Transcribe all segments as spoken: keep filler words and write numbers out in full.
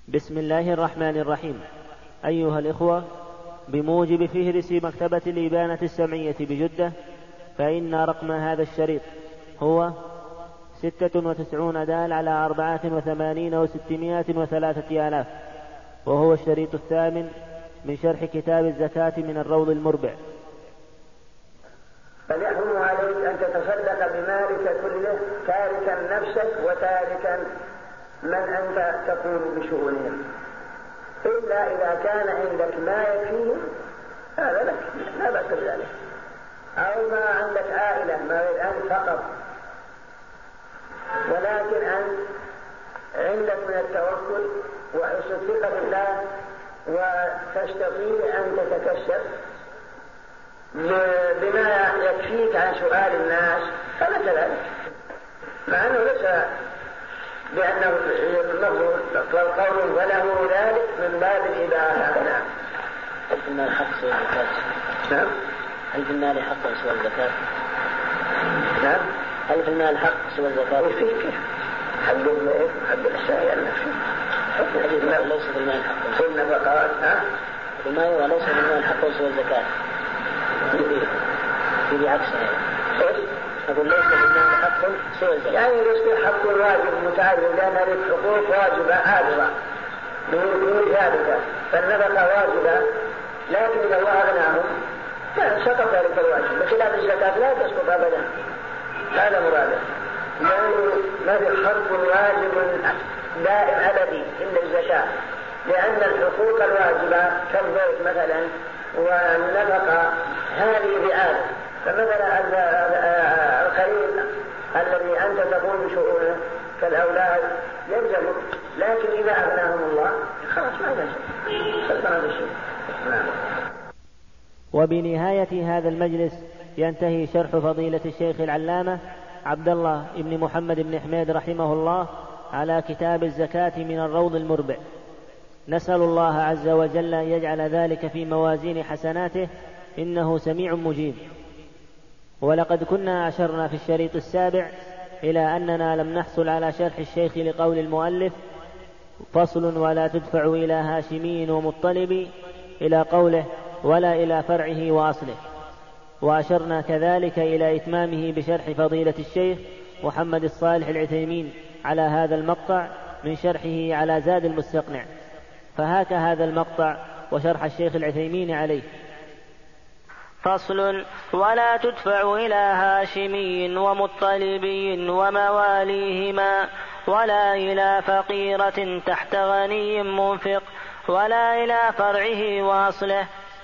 بسم الله الرحمن الرحيم. أيها الإخوة، بموجب فهرس مكتبة الإبانة السمعية بجدة، فإن رقم هذا الشريط هو ستة وتسعون دال على أربعة وثمانين وستمائة وثلاثة آلاف، وهو الشريط الثامن من شرح كتاب الزكاة من الروض المربع. فيحرم عليك أن تتصدق بمالك كله تاركا نفسك وتاركا من أنت تقوم بشؤونهم، إلا إذا كان عندك ما يكفيه هذا لك لا بأس بذلك، أو ما عندك عائلة ما أنت فقط، ولكن أنت عندك من التوكل وحسن الثقة بالله وتستطيع أن تتكشف بما يكفيك عن سؤال الناس فلك ذلك، مع أنه ليس بأنه قول وله ذلك من باب الإباحة. نعم. هل في المال حق سوى الزكاة؟ نعم. هل في المال حق سوى الزكاة؟ نعم. هل في المال حق سوى الزكاة؟ وفيك حق المال حق الشيء النفسي. الحديث ليس في المال حق سوى النفقات. ها؟ المال وليس في المال حق سوى الزكاة. في عكسه. إيش؟ أقول ليس في المال حق سوى الزكاة. يعني ليس حق واجب متعدد، لأن الحقوق واجبة عادلة من ثابتة، فالنفقة واجبة، لكن إذا الله أغناهم سقط ذلك الواجب، بخلاف الزكاة لا تسقط أبدا. هذا مراده، يعني ما في حق واجب دائم أبدي إلا الزكاة، لأن الحقوق الواجبة كالبيت مثلا والنفقة هذه بعادة، فمثلا القريب الذي أنت تقوم بشؤونه كالأولاد يلزمك، لكن إذا أغناهم الله خلاص ما يلزم خلص هذا الشيء. وبنهاية هذا المجلس ينتهي شرح فضيلة الشيخ العلامة عبد الله بن محمد بن حميد رحمه الله على كتاب الزكاة من الروض المربع. نسأل الله عز وجل أن يجعل ذلك في موازين حسناته، إنه سميع مجيب. ولقد كنا أشرنا في الشريط السابع إلى أننا لم نحصل على شرح الشيخ لقول المؤلف فصل ولا تدفع إلى هاشمي ومطلب إلى قوله ولا إلى فرعه وأصله، وأشرنا كذلك إلى إتمامه بشرح فضيلة الشيخ محمد الصالح العثيمين على هذا المقطع من شرحه على زاد المستقنع، فهاك هذا المقطع وشرح الشيخ العثيمين عليه. فصل ولا تدفع إلى هاشمي ومطلبي ومواليهما ولا إلى فقيرة تحت غني منفق ولا إلى فرعه وأصله.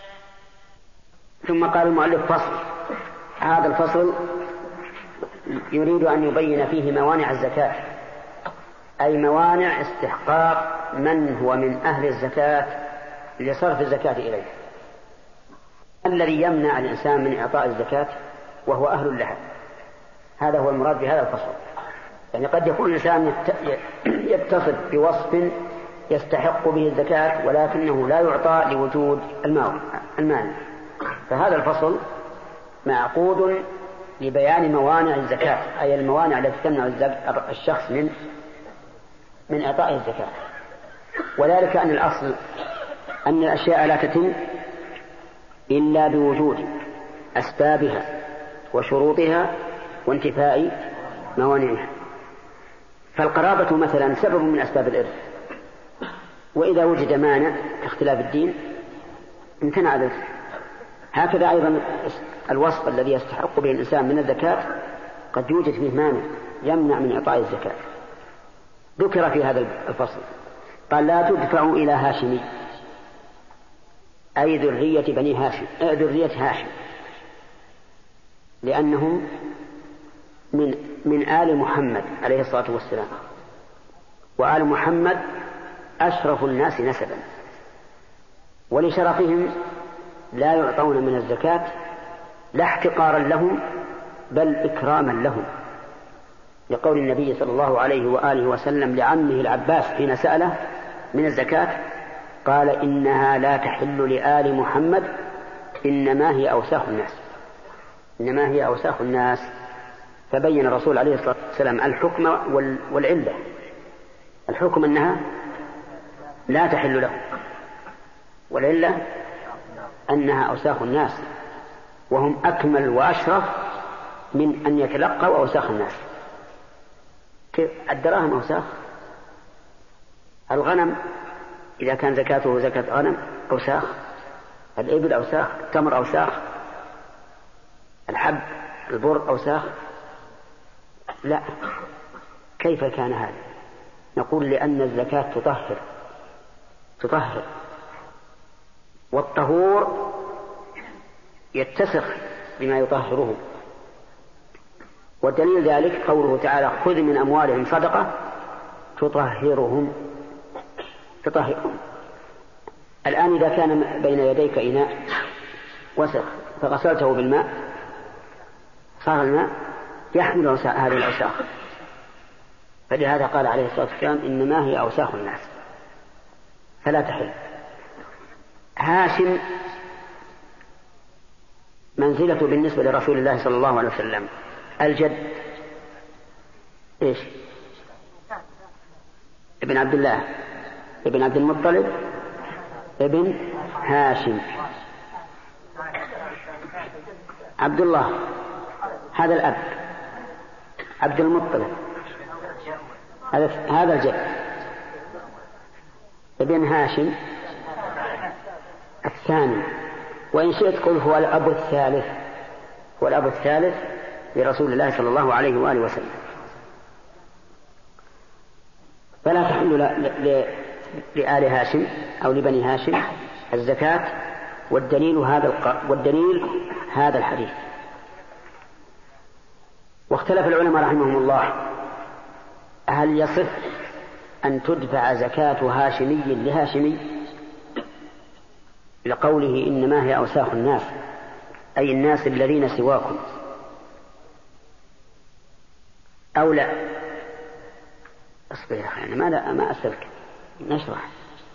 ثم قال المؤلف فصل. هذا الفصل يريد أن يبين فيه موانع الزكاة، أي موانع استحقاق من هو من أهل الزكاة لصرف الزكاة إليه. الذي يمنع الإنسان من إعطاء الزكاة وهو أهل لها، هذا هو المراد بهذا الفصل. يعني قد يكون الإنسان يتصف بوصف يستحق به الزكاة ولكنه لا يعطى لوجود المال، فهذا الفصل معقود لبيان موانع الزكاة، أي الموانع التي تمنع الشخص من من إعطاء الزكاة. وذلك أن الأصل أن الأشياء لا تتم إلا بوجود أسبابها وشروطها وانتفاء موانعها. فالقرابة مثلا سبب من أسباب الإرث، وإذا وجد مانع كاختلاف الدين امتنع الإرث. هكذا أيضا الوصف الذي يستحق به الإنسان من الزكاة قد يوجد فيه مانع يمنع من إعطاء الزكاة، ذكر في هذا الفصل. قال لا تدفع إلى هاشمي، أي ذرية بني هاشم، ذرية هاشم، لأنهم من من آل محمد عليه الصلاة والسلام، وآل محمد أشرف الناس نسبا، ولشرفهم لا يعطون من الزكاة لا احتقارا لهم بل إكراما لهم، لقول النبي صلى الله عليه وآله وسلم لعمه العباس حين سأله من الزكاة قال إنها لا تحل لآل محمد إنما هي أوساخ الناس، إنما هي أوساخ الناس. فبين الرسول عليه الصلاة والسلام الحكم والعلة. الحكم أنها لا تحل له، ولإلا أنها أوساخ الناس، وهم أكمل وأشرف من أن يتلقوا أوساخ الناس. الدراهم أوساخ، الغنم إذا كان زكاته زكاة غنم أوساخ، الإبل أوساخ، التمر أوساخ، الحب البر أوساخ. لا، كيف كان هذا؟ نقول لأن الزكاة تطهر تطهر والطهور يتسخ بما يطهره، والدليل ذلك قوله تعالى: خذ من أموالهم صدقة تطهرهم تطهرهم. الآن إذا كان بين يديك إناء وسخ فغسلته بالماء صار الماء يحمل هذه الأوساخ، فلهذا قال عليه الصلاة والسلام: إنما هي أوساخ الناس فلا تحل. هاشم منزلته بالنسبة لرسول الله صلى الله عليه وسلم الجد إيش؟ ابن عبد الله ابن عبد المطلب ابن هاشم. عبد الله هذا الأب، عبد المطلب هذا الجد، ابن هاشم الثاني، وإن شئت قل هو الأب الثالث، هو الأب الثالث لرسول الله صلى الله عليه وآله وسلم. فلا تحل لآل هاشم أو لبني هاشم الزكاة، والدليل هذا الق... والدليل هذا الحديث. واختلف العلماء رحمهم الله هل يصح أن تدفع زكاة هاشمي لهاشمي لقوله: إنما هي أوساخ الناس، أي الناس الذين سواكم، أو لا؟ اصبر يا أخي، أنا ما, لا ما أسألك، نشرح.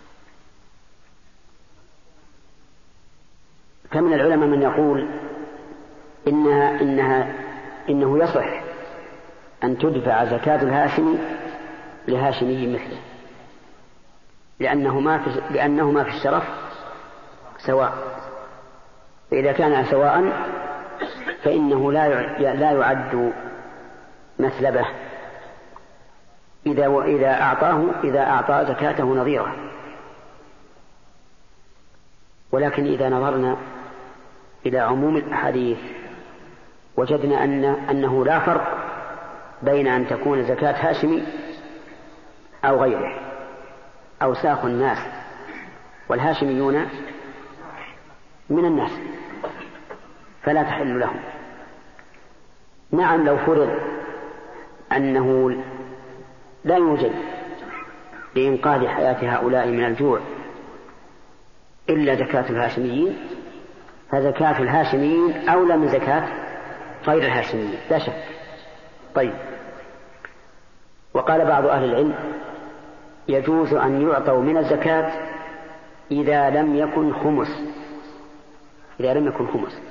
فمن العلماء من يقول إنها إنها إنه يصح أن تدفع زكاة الهاشمي لهاشمي مثله، لأنهما في لأنهما في الشرف سواء، فإذا كان سواء فإنه لا لا يعد مثلبة إذا وإذا أعطاه إذا أعطى زكاته نظيرة. ولكن إذا نظرنا إلى عموم الأحاديث وجدنا أن أنه لا فرق بين أن تكون زكاة هاشمي أو غيره. أوساخ الناس، والهاشميون من الناس فلا تحل لهم. نعم، لو فرض أنه لا يوجد لإنقاذ حياة هؤلاء من الجوع إلا زكاة الهاشميين، فزكاة الهاشميين أولى من زكاة غير الهاشميين لا شك. طيب، وقال بعض أهل العلم: يجوز أن يعطوا من الزكاة إذا لم يكن خمس إذا لم يكن خمس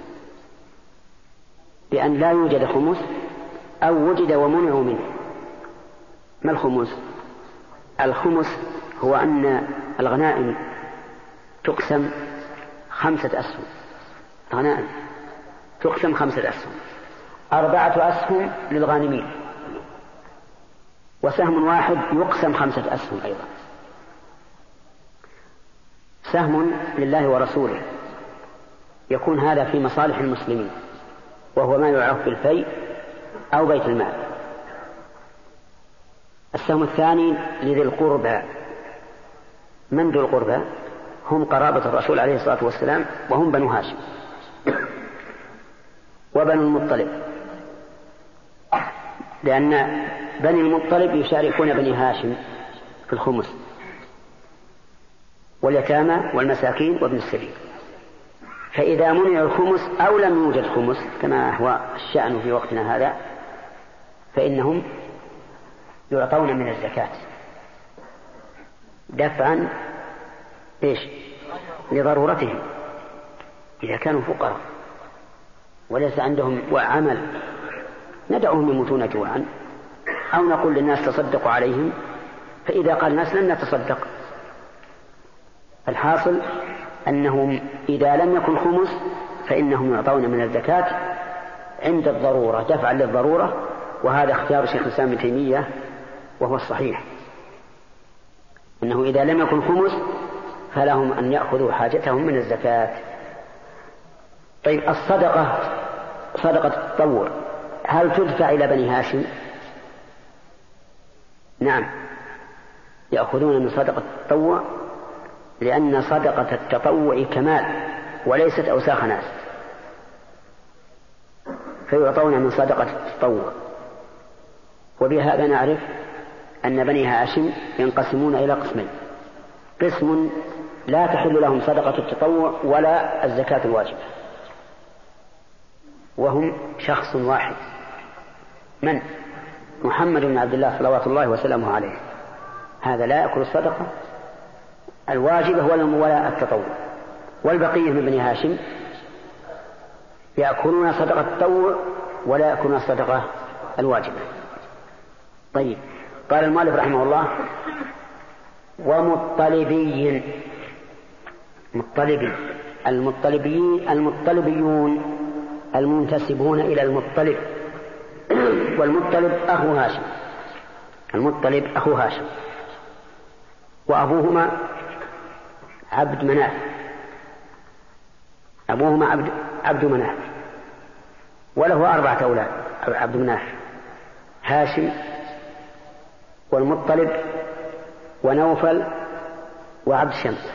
بأن لا يوجد خمس أو وجد ومنعوا منه. ما الخمس؟ الخمس هو أن الغنائم تقسم خمسة أسهم، غنائم تقسم خمسة أسهم، أربعة أسهم للغانمين، وسهم واحد يقسم خمسة أسهم أيضا. سهم لله ورسوله، يكون هذا في مصالح المسلمين، وهو ما يعرف بالفيء أو بيت المال. السهم الثاني لذي القربى. من ذو القربى؟ هم قرابة الرسول عليه الصلاة والسلام، وهم بنو هاشم وبنو المطلب، لأن بني المطلب يشاركون بني هاشم في الخمس، واليتامى والمساكين وابن السبيل. فإذا منع الخمس أو لم يوجد خمس كما هو الشأن في وقتنا هذا، فإنهم يعطون من الزكاة دفعا إيش؟ لضرورتهم، إذا كانوا فقراء وليس عندهم عمل ندعوهم يموتون جوعا، أو نقول للناس تصدقوا عليهم، فإذا قال الناس لن نتصدق الحاصل أنهم إذا لم يكن خمس فإنهم يعطون من الزكاة عند الضرورة دفعا للضرورة، وهذا اختيار شيخ الإسلام ابن تيمية وهو الصحيح، أنه إذا لم يكن خمس فلهم أن يأخذوا حاجتهم من الزكاة. طيب الصدقة، صدقة التطوع، هل تدفع إلى بني هاشم؟ نعم، يأخذون من صدقة التطوع، لأن صدقة التطوع كمال وليست أوساخ ناس، فيعطون من صدقة التطوع. وبهذا نعرف أن بني هاشم ينقسمون إلى قسمين: قسم لا تحل لهم صدقة التطوع ولا الزكاة الواجبة، وهم شخص واحد، من؟ محمد بن عبد الله صلوات الله وسلامه عليه، هذا لا يأكل الصدقة الواجبة ولا التطوع. والبقية من بني هاشم يأكلون صدقة التطوع ولا يأكلون الصدقة الواجبة. طيب، قال المؤلف رحمه الله: ومطلبي، مطلبي، المطلبيين المطلبيون المنتسبون إلى المطلب، والمطلب أخو هاشم، المطلب أخو هاشم، وأبوهما عبد مناف، أبوهما عبد, عبد مناف، وله أربعة أولاد: عبد مناف، هاشم، والمطلب، ونوفل، وعبد شمس.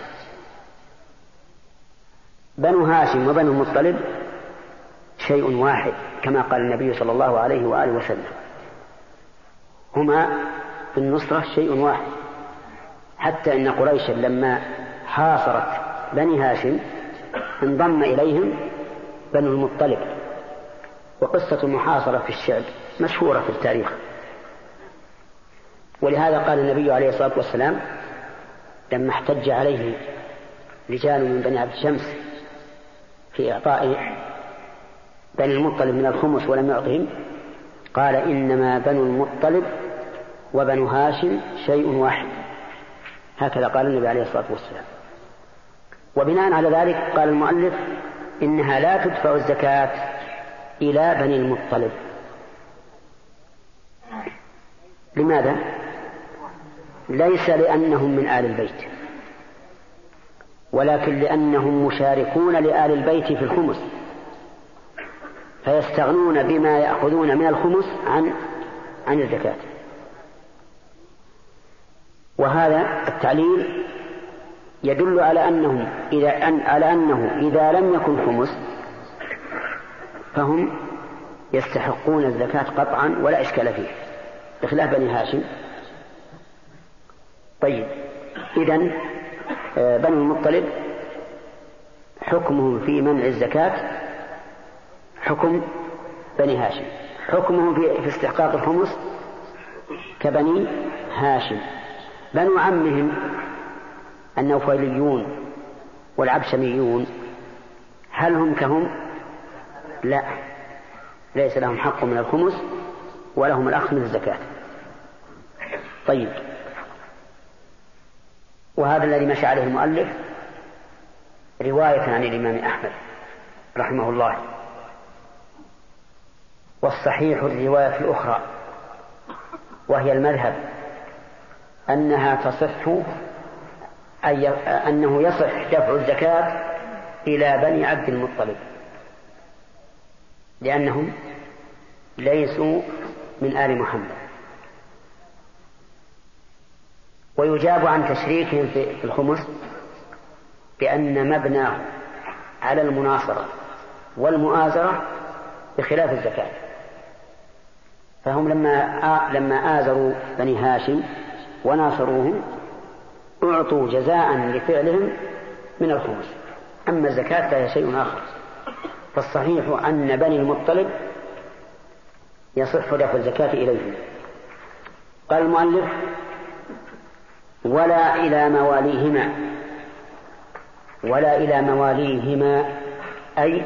بنو هاشم وبنو المطلب شيء واحد، كما قال النبي صلى الله عليه وآله وسلم: هما في النصرة شيء واحد. حتى إن قريشا لما حاصرت بني هاشم انضم إليهم بنو المطلب، وقصة المحاصرة في الشعب مشهورة في التاريخ. ولهذا قال النبي عليه الصلاة والسلام لما احتج عليه رجال من بني عبد شمس في إعطاء بني المطلب من الخمس ولم يعطهم، قال: إنما بنو المطلب وبنو هاشم شيء واحد. هكذا قال النبي عليه الصلاة والسلام. وبناء على ذلك قال المؤلف: إنها لا تدفع الزكاة إلى بني المطلب. لماذا؟ ليس لأنهم من آل البيت، ولكن لأنهم مشاركون لآل البيت في الخمس، فيستغنون بما يأخذون من الخمس عن عن الزكاة. وهذا التعليل يدل على أنهم إذا أن على أنه إذا لم يكن خمس فهم يستحقون الزكاة قطعا ولا إشكال فيه، بخلاف بني هاشم. طيب، إذن بني المطلب حكمهم في منع الزكاة حكم بني هاشم، حكمهم في استحقاق الخمس كبني هاشم. بنو عمهم النوفليون والعبشميون هل هم كهم؟ لا، ليس لهم حق من الخمس ولهم الأخذ من الزكاة. طيب، وهذا الذي مشى عليه المؤلف رواية عن الإمام أحمد رحمه الله. والصحيح الرواية الأخرى وهي المذهب أنها تصح، أي أنه يصح دفع الزكاة إلى بني عبد المطلب، لأنهم ليسوا من آل محمد. ويجاب عن تشريكهم في الخمس بأن مبناه على المناصرة والمؤازرة بخلاف الزكاة، فهم لما لما آزروا بني هاشم وناصروهم أعطوا جزاء لفعلهم من الخمس، أما الزكاة فهي شيء آخر. فالصحيح أن بني المطلب يصح دفع الزكاة إليهم. قال المؤلف: ولا إلى مواليهما، ولا إلى مواليهما أي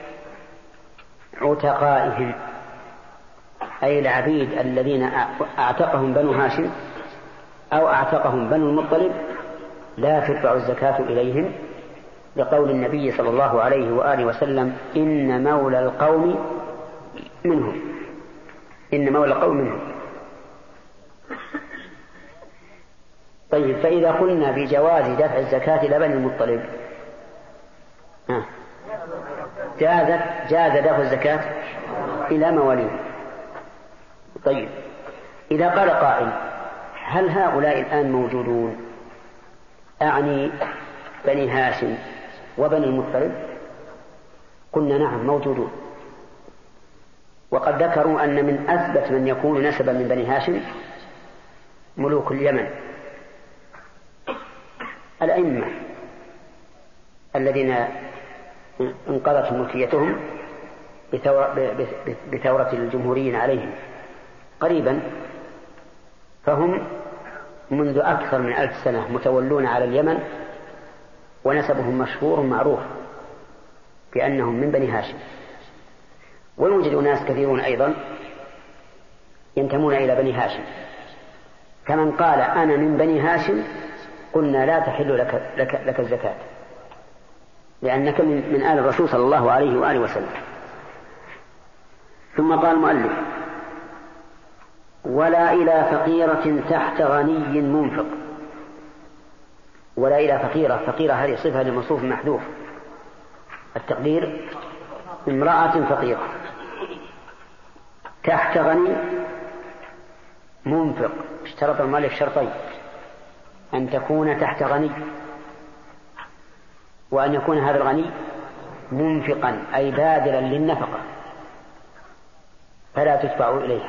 عتقائهم، أي العبيد الذين أعتقهم بنو هاشم أو أعتقهم بنو المطلب لا تدفع الزكاة إليهم، لقول النبي صلى الله عليه وآله وسلم إن مولى القوم منهم إن مولى القوم منهم. طيب، فإذا قلنا بجواز دفع الزكاة إلى بني المطلب جاز جاز دفع الزكاة إلى مواليهم. طيب، إذا قال قائل هل هؤلاء الآن موجودون؟ أعني بني هاشم وبني المطلب. قلنا نعم موجودون، وقد ذكروا أن من أثبت من يكون نسبا من بني هاشم ملوك اليمن الأئمة الذين انقضت ملكيتهم بثورة الجمهوريين عليهم قريبا، فهم منذ أكثر من ألف سنة متولون على اليمن، ونسبهم مشهور معروف بأنهم من بني هاشم. ويوجد ناس كثيرون أيضا ينتمون إلى بني هاشم، كمن قال أنا من بني هاشم قلنا لا تحل لك, لك, لك الزكاة لأنك من, من آل الرسول صلى الله عليه وآله وسلم. ثم قال المؤلف ولا إلى فقيرة تحت غني منفق. ولا إلى فقيرة، فقيرة هذه صفة لموصوف محذوف، التقدير امرأة فقيرة تحت غني منفق. اشترط المؤلف شرطين: أن تكون تحت غني، وأن يكون هذا الغني منفقا أي بادلا للنفقة فلا تدفع إليها،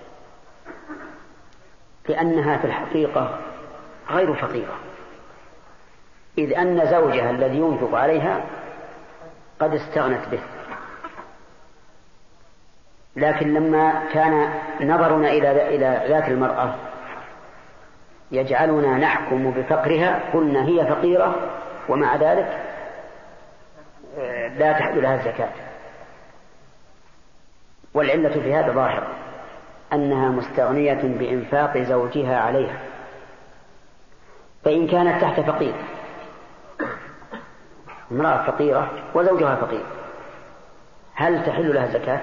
لأنها في الحقيقة غير فقيرة، إذ أن زوجها الذي ينفق عليها قد استغنت به. لكن لما كان نظرنا إلى إلى ذات المرأة يجعلنا نحكم بفقرها قلنا هي فقيرة، ومع ذلك لا تحل لها الزكاة. والعلة في هذا ظاهرة، أنها مستغنية بإنفاق زوجها عليها. فإن كانت تحت فقير، امرأة فقيرة وزوجها فقير، هل تحل لها الزكاة؟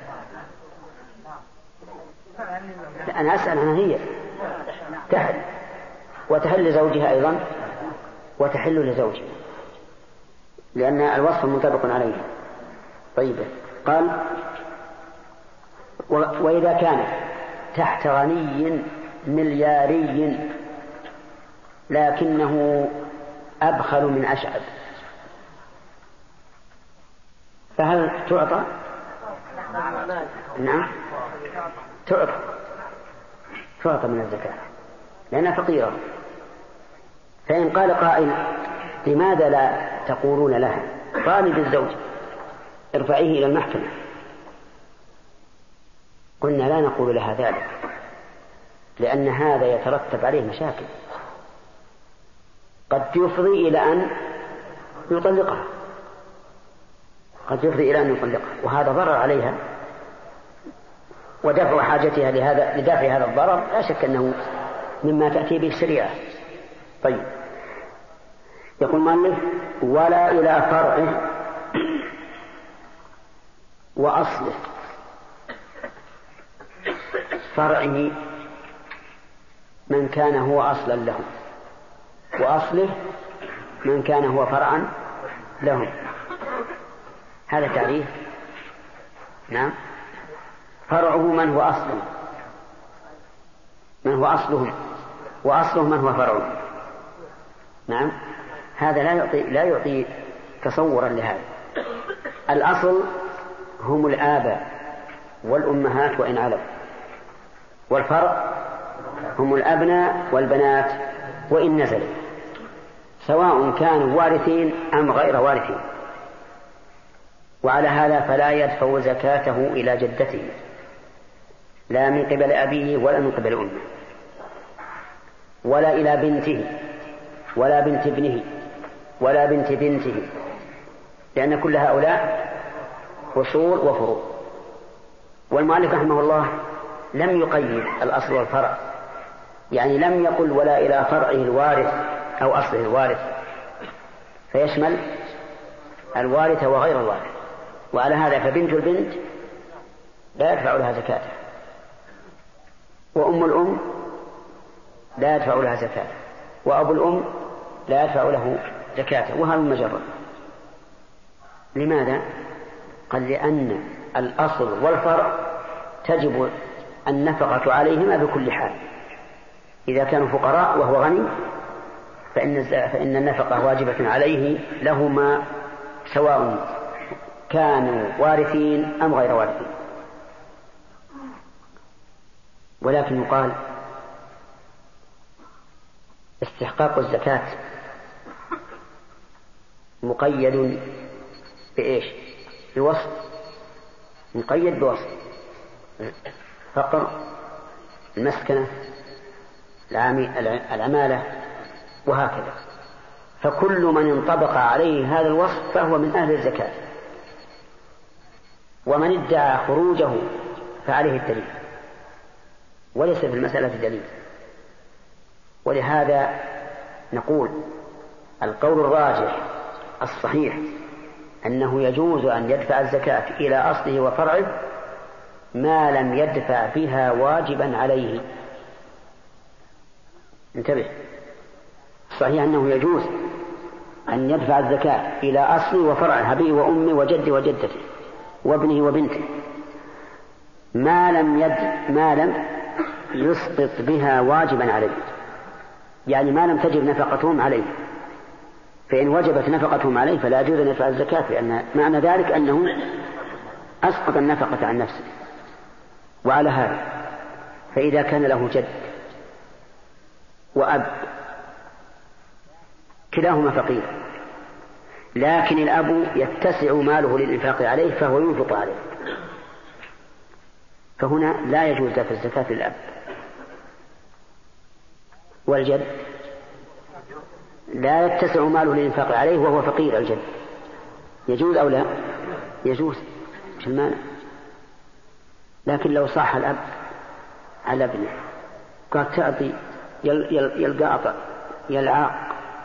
أنا أسأل عنها. هي تحل، وتحل لزوجها أيضا، وتحل لزوجها، لأن الوصف منطبق عليه. طيب، قال وإذا كانت تحت غني ملياري لكنه أبخل من أشعب، فهل تعطى؟ نعم تعطى تعطى من الزكاة لأنها فقيرة. فإن قال قائل لماذا لا تقولون لها طالب الزوج ارفعيه إلى المحكمة؟ قلنا لا نقول لها ذلك، لأن هذا يترتب عليه مشاكل، قد يفضي إلى أن يطلقها قد يفضي إلى أن يطلقها وهذا ضرر عليها، ودفع حاجتها لهذا لدافع هذا الضرر لا شك أنه مما تأتي به الشريعة. طيب، يقول مؤلف ولا إلى فرعه وأصله. فرعه من كان هو أصلا له، وأصله من كان هو فرعا له. هذا تعريف. نعم، فرعه من هو أصله من هو أصله وأصله من هو فرعه. نعم، هذا لا يعطي لا يعطي تصورا لهذا. الأصل هم الآباء والأمهات وإن علوا، والفرع هم الأبناء والبنات وإن نزلوا، سواء كانوا وارثين أم غير وارثين. وعلى هذا فلا يدفع زكاته إلى جدته لا من قبل أبيه ولا من قبل أمه، ولا إلى بنته ولا بنت ابنه ولا بنت بنته، لأن كل هؤلاء أصول وفروع. والمؤلف رحمه الله لم يقيد الأصل والفرع، يعني لم يقل ولا إلى فرعه الوارث أو أصله الوارث، فيشمل الوارث وغير الوارث. وعلى هذا فبنت البنت لا يدفع لها زكاة، وأم الأم لا يدفع لها زكاة، وأبو الأم لا يدفع له زكاة، وهذا المجرد. لماذا؟ قال لأن الأصل والفرع تجب النفقة عليهما بكل حال. إذا كانوا فقراء وهو غني فإن فإن النفقة واجبة عليه لهما سواء كانوا وارثين أم غير وارثين. ولكن يقال استحقاق الزكاة مقيد بإيش؟ بوصف، مقيد بوصف: فقر، المسكنة، العمالة، وهكذا. فكل من انطبق عليه هذا الوصف فهو من أهل الزكاة، ومن ادعى خروجه فعليه الدليل، وليس في المسألة دليل. ولهذا نقول القول الراجح الصحيح أنه يجوز أن يدفع الزكاة إلى أصله وفرعه ما لم يدفع فيها واجبا عليه. انتبه، صحيح أنه يجوز أن يدفع الزكاة إلى أصله وفرعه، أبيه وأمه وجده وجدته وابنه وبنته، ما لم يد ما لم يسقط بها واجبا عليه، يعني ما لم تجب نفقتهم عليه. فإن وجبت نفقتهم عليه فلا يجوز أن يدفع الزكاة، لأن معنى ذلك أنه أسقط النفقة عن نفسه. وعلى هذا فإذا كان له جد وأب كلاهما فقير، لكن الأب يتسع ماله للإنفاق عليه فهو ينفق عليه، فهنا لا يجوز دفع الزكاة للأب. والجد لا يتسع ماله للإنفاق عليه وهو فقير، الجد يجوز أو لا؟ يجوز، مش المانع. لكن لو صاح الأب على ابنه قال تعطي يلقاطع يلعاق،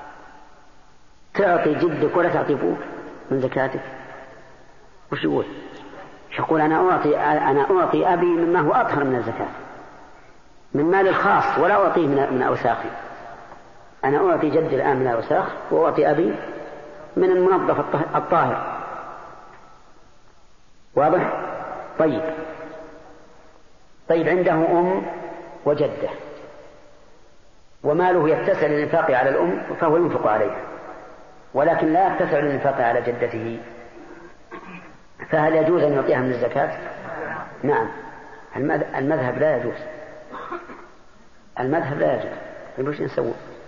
تعطي جدك ولا تعطي ابوك من زكاتك، وش يقول؟ يقول أنا أعطي أنا أعطي أبي مما هو أطهر من الزكاة، من مال الخاص، ولا أعطيه من من أوساخي. أنا أعطي جدي الآن من الأوساخ، وأعطي أبي من المنظف الطاهر. واضح؟ طيب طيب عنده أم وجدة وماله يتسع للإنفاق على الأم فهو ينفق عليها، ولكن لا يتسع للإنفاق على جدته، فهل يجوز أن يعطيها من الزكاة؟ نعم، المذهب لا يجوز، المذهب لا يجوز. طيب وش نسوي؟